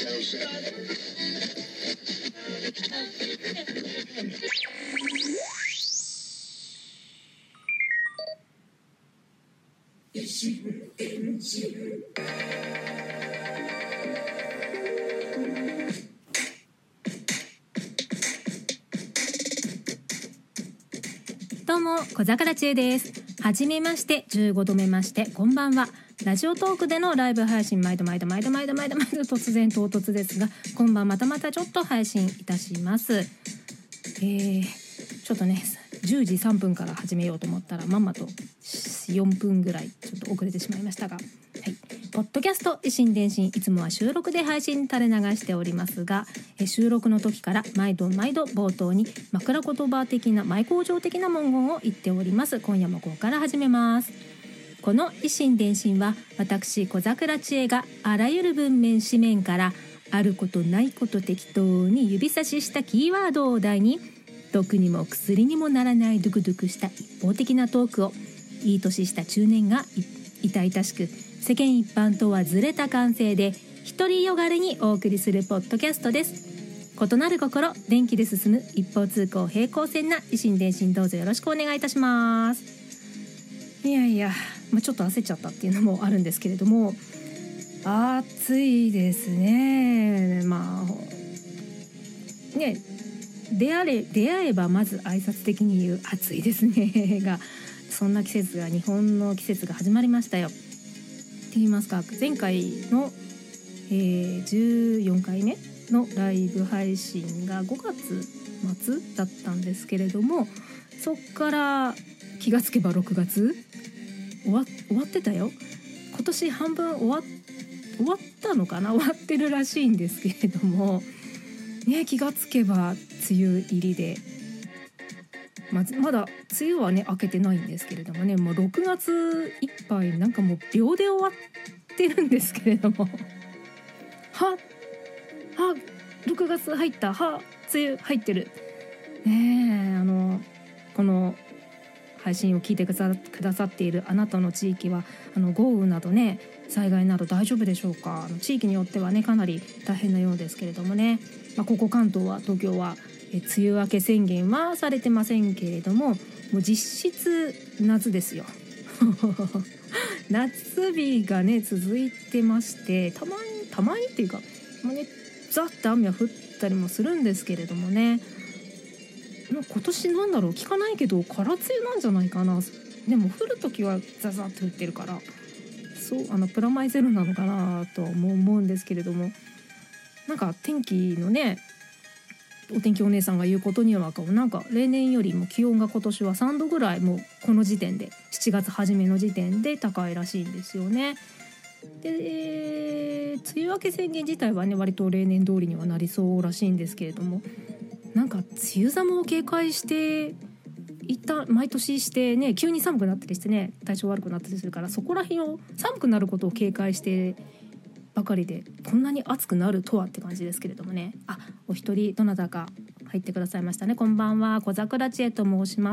どうも小桜知恵です。はじめまして、15度目まして、こんばんは。ラジオトークでのライブ配信毎度突然唐突ですが、今晩またちょっと配信いたします。ちょっとね10時3分から始めようと思ったらまんまと4分ぐらいちょっと遅れてしまいましたが、はい、ポッドキャスト維新伝心、いつもは収録で配信垂れ流しておりますが、収録の時から毎度冒頭に枕言葉的な前工場的な文言を言っております。今夜もここから始めます。この維新伝心は私小桜知恵があらゆる文面紙面からあることないこと適当に指差ししたキーワードを題に、毒にも薬にもならないドゥクドゥクした一方的なトークをいい年した中年が痛々しく世間一般とはずれた感性で独りよがれにお送りするポッドキャストです。異なる心、電気で進む一方通行平行線な維新伝心、どうぞよろしくお願いいたします。いや、ちょっと焦っちゃったっていうのもあるんですけれども、暑いですね。出会えばまず挨拶的に言う暑いですねが、そんな季節が、日本の季節が始まりましたよって言いますか。前回の、14回目のライブ配信が5月末だったんですけれども、そっから気がつけば6月終わってたよ。今年半分終わったのかな、終わってるらしいんですけれどもね、気がつけば梅雨入りで、まだ梅雨はね明けてないんですけれどもね、もう6月いっぱいなんかもう秒で終わってるんですけれども6月入った、梅雨入ってるね。この配信を聞いてくださっているあなたの地域は豪雨などね、災害など大丈夫でしょうか。地域によってはねかなり大変なようですけれどもね、ここ関東は、東京は梅雨明け宣言はされてませんけれども、もう実質夏ですよ夏日がね続いてまして、たまにっていうか、ザッて雨は降ったりもするんですけれどもね、今年聞かないけど空梅雨なんじゃないかな。でも降るときはザザッと降ってるから、そうプラマイゼロなのかなとは思うんですけれども、なんか天気のね、お天気お姉さんが言うことにはなんか例年よりも気温が今年は3度ぐらいもうこの時点で7月初めの時点で高いらしいんですよね。で、梅雨明け宣言自体はね割と例年通りにはなりそうらしいんですけれども、なんか梅雨寒を警戒して毎年してね、急に寒くなったりしてね体調悪くなったりするから、そこら辺を寒くなることを警戒してばかりで、こんなに暑くなるとはって感じですけれどもね。お一人どなたか入ってくださいましたね。こんばんは、小桜知恵と申します。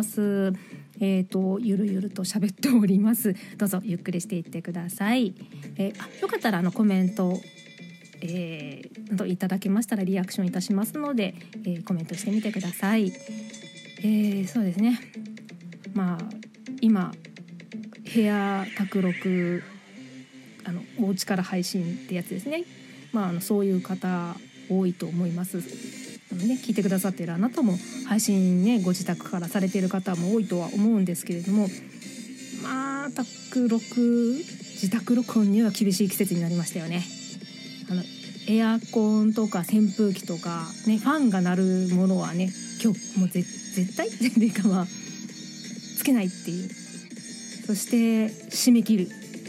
ゆるゆると喋っております。どうぞゆっくりしていってください。よかったらコメントなどいただけましたらリアクションいたしますので、コメントしてみてください。そうですね、今部屋宅録お家から配信ってやつですね。そういう方多いと思います。聞いてくださっているあなたも配信ねご自宅からされている方も多いとは思うんですけれども、自宅録音には厳しい季節になりましたよね。エアコンとか扇風機とかね、ファンが鳴るものはね今日もう絶対っていうかつけないっていう。そして締め切る。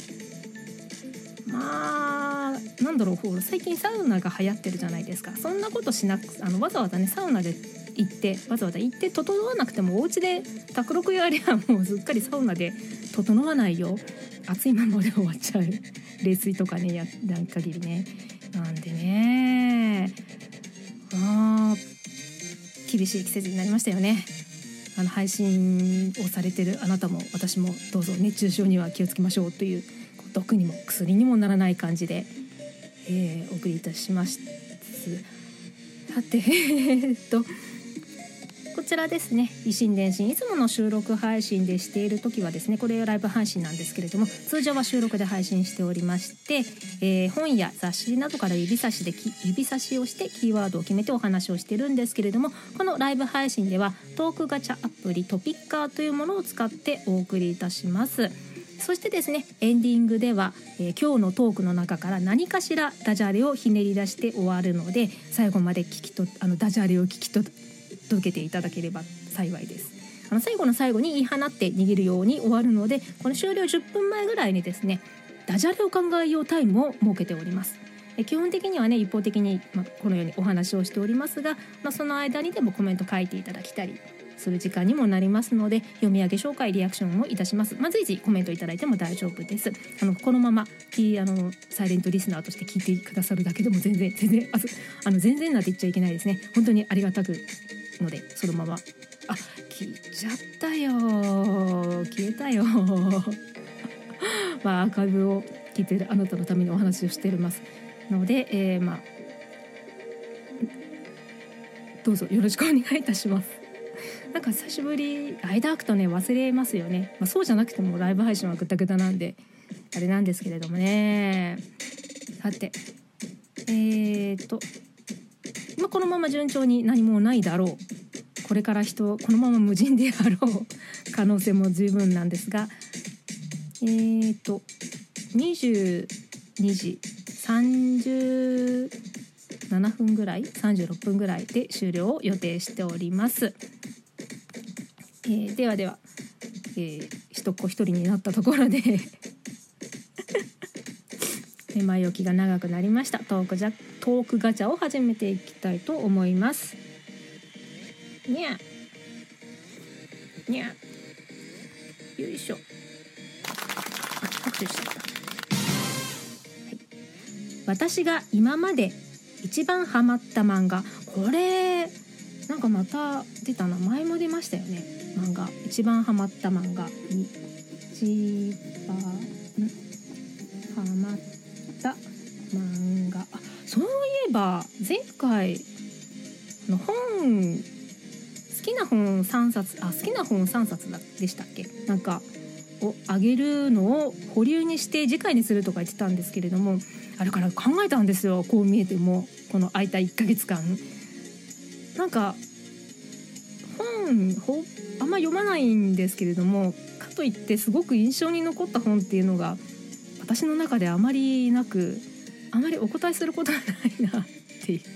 最近サウナが流行ってるじゃないですか。そんなことしなくわざわざねサウナで行って整わなくてもお家で宅録やりゃもうすっかりサウナで整わないよ。暑いままで終わっちゃう。冷水とかねやらん限りね。なんでね、厳しい季節になりましたよね。配信をされてるあなたも私もどうぞ熱中症には気をつけましょうという、毒にも薬にもならない感じで、 お送りいたします。さてこちらですね、維新伝心いつもの収録配信でしている時はですね、これライブ配信なんですけれども、通常は収録で配信しておりまして、本や雑誌などから指差しをしてキーワードを決めてお話をしてるんですけれども、このライブ配信ではトークガチャアプリトピッカーというものを使ってお送りいたします。そしてですね、エンディングでは、今日のトークの中から何かしらダジャレをひねり出して終わるので、最後までダジャレを聞き届けていただければ幸いです。最後の最後に言い放って逃げるように終わるので、この終了10分前ぐらいにですね、ダジャレを考えようタイムを設けております。基本的にはね、一方的に、このようにお話をしておりますが、その間にでもコメント書いていただきたりする時間にもなりますので、読み上げ紹介リアクションをいたします。随時コメントいただいても大丈夫です。このままサイレントリスナーとして聞いてくださるだけでも全然なんて言っちゃいけないですね。本当にありがたくので、そのまま消えちゃったよ、消えたよアーカイブを聞いているあなたのためにお話をしていますので、どうぞよろしくお願いいたします。なんか久しぶり、間空くとね忘れますよね。そうじゃなくてもライブ配信はグダグダなんであれなんですけれどもね。さてこのまま順調に何もないだろう、これからこのまま無人であろう可能性も十分なんですが、22時37分ぐらい36分ぐらいで終了を予定しております。では、一人になったところで前置きが長くなりました。トークガチャを始めていきたいと思います。にゃよいしょ。私が今まで一番ハマった漫画、これなんかまた出たな、前も出ましたよね。漫画一番ハマった漫画、一番ハマった漫画、そういえば前回の本、好きな本3冊でしたっけ、なんかをあげるのを保留にして次回にするとか言ってたんですけれども、あれから考えたんですよ。こう見えてもこの空いた1ヶ月間、なんか本あんま読まないんですけれども、かといってすごく印象に残った本っていうのが私の中であまりなく、あまりお答えすることはないなっていう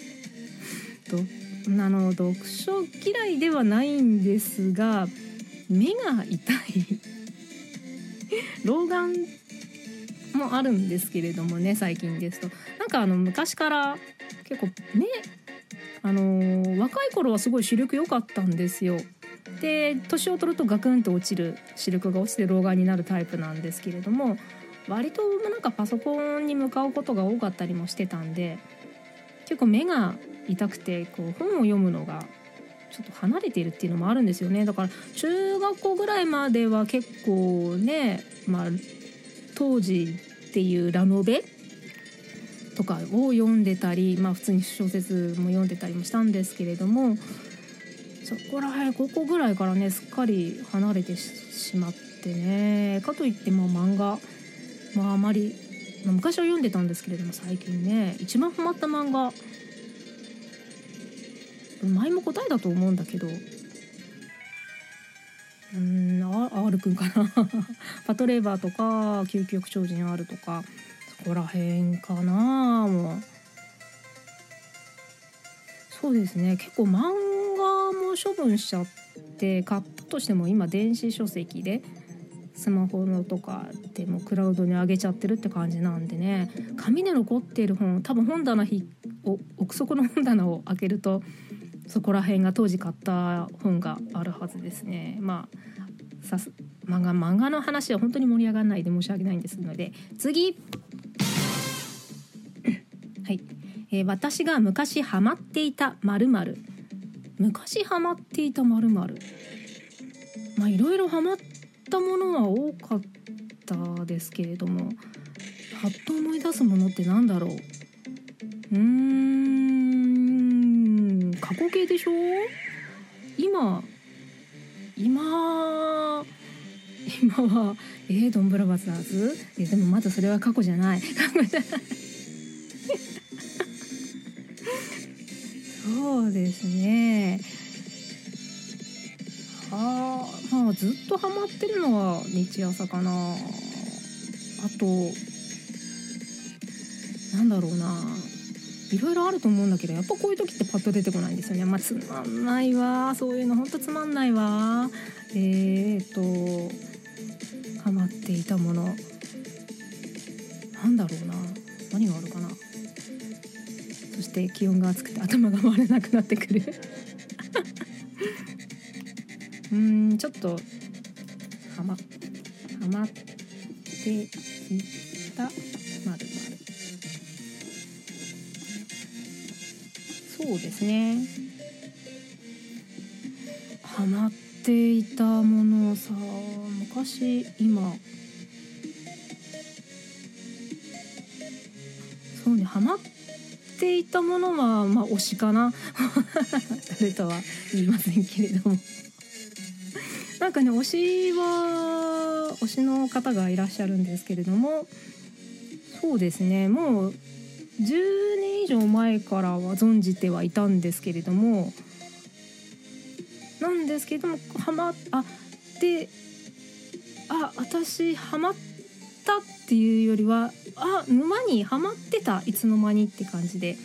読書嫌いではないんですが、目が痛い老眼もあるんですけれどもね、最近ですとなんか昔から結構ね、若い頃はすごい視力良かったんですよ。で年を取るとガクンと落ちる、視力が落ちて老眼になるタイプなんですけれども、割となんかパソコンに向かうことが多かったりもしてたんで、結構目が痛くてこう本を読むのがちょっと離れているっていうのもあるんですよね。だから中学校ぐらいまでは結構ね、当時っていうラノベとかを読んでたり、普通に小説も読んでたりもしたんですけれども、そこら辺高校ぐらいからねすっかり離れてしまってね。かといって漫画あまり、昔は読んでたんですけれども、最近ね一番ハマった漫画、前も答えだと思うんだけど、R くんかなパトレーバーとか究極超人 R とかそこら辺かな。もうそうですね、結構漫画も処分しちゃって、買ったとしても今電子書籍でスマホのとかでもクラウドに上げちゃってるって感じなんでね、紙で残っている本、多分奥底の本棚を開けるとそこら辺が当時買った本があるはずですね。漫画の話は本当に盛り上がらないで申し訳ないんですので、次はい、私が昔ハマっていた〇〇、昔ハマっていた〇〇、いろいろハマったものは多かったですけれども、 パッと思い出すものってなんだろう。過去形でしょ。今はドンブラザーズ。でもまだそれは過去じゃないそうですね。まあずっとハマってるのは日朝かな。あとなんだろうな、いろいろあると思うんだけど、やっぱこういう時ってパッと出てこないんですよね。つまんないわ、そういうのほんとつまんないわ。ハマっていたものなんだろうな、何があるかな。そして気温が暑くて頭が回れなくなってくるちょっとハマっていたそうですね。ハマっていたものさ、昔今そうね、ハマっていたものは推しかな誰とは言いませんけれどもなんかね、推しの方がいらっしゃるんですけれども、そうですね、もう10年以上前からは存じてはいたんですけれども、私ハマったっていうよりは、沼にハマってた、いつの間にって感じで、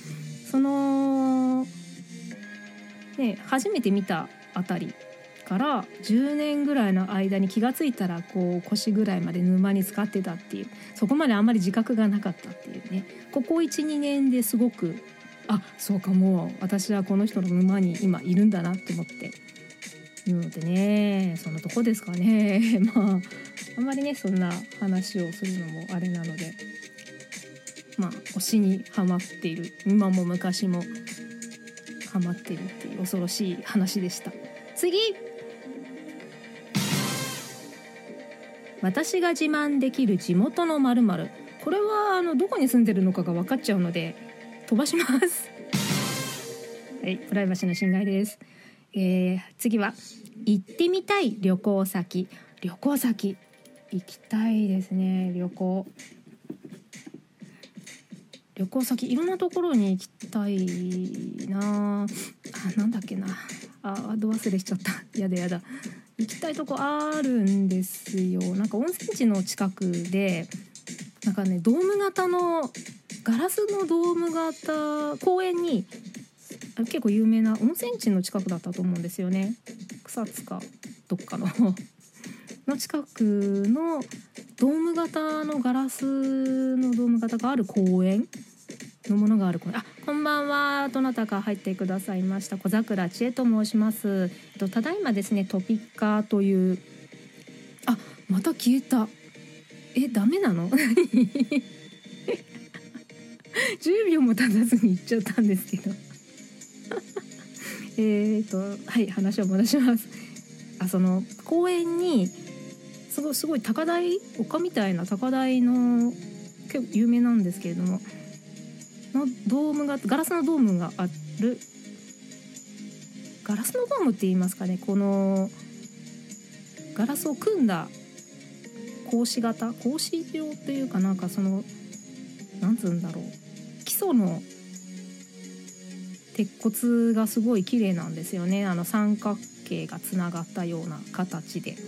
初めて見たあたりから10年ぐらいの間に気がついたら腰ぐらいまで沼に浸かってたっていう、そこまであんまり自覚がなかったっていうね。ここ 1,2 年ですごくそうか、もう私はこの人の沼に今いるんだなって思っているのでね、そのとこですかねあんまりね、そんな話をするのもあれなので、推しにハマっている、今も昔もハマっているっていう恐ろしい話でした。次、私が自慢できる地元の〇〇。これはどこに住んでるのかが分かっちゃうので飛ばしますはい、プライバシーの侵害です。次は行ってみたい旅行先行きたいですね。旅行先いろんなところに行きたいな。なんだっけな、ど忘れしちゃった。やだ行きたいとこあるんですよ。なんか温泉地の近くで、なんかね、ドーム型のガラスのドーム型公園に、結構有名な温泉地の近くだったと思うんですよね。草津かどっかの近くのドーム型のガラスのドーム型がある公園のものがある公園。こんばんは、どなたか入ってくださいました。小桜千恵と申します。ただいまですね、トピッカーというまた消えた。ダメなの10秒も経たずに行っちゃったんですけどはい、話を戻します。その公園にすごい高台、丘みたいな高台の結構有名なんですけれどものドームが、ガラスのドームがある、ガラスのドームって言いますかね、このガラスを組んだ格子状っていうか、なんかなんつうんだろう、基礎の鉄骨がすごい綺麗なんですよね。三角形がつながったような形で、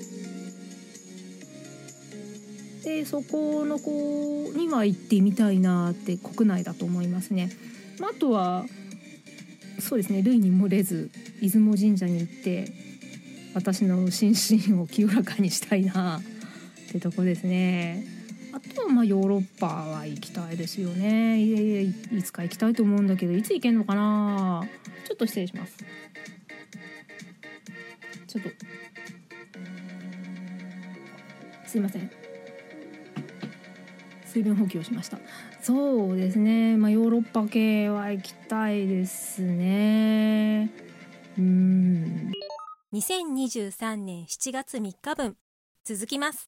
そこの子には行ってみたいなって、国内だと思いますね。あとはそうですね、類に漏れず出雲神社に行って私の心身を清らかにしたいなってとこですね。あとはヨーロッパは行きたいですよね。いつか行きたいと思うんだけど、いつ行けんのかな。ちょっと失礼します。ちょっとすいません、水分補給をしました。そうですね、ヨーロッパ系は行きたいですね。 2023年7月3日分続きます。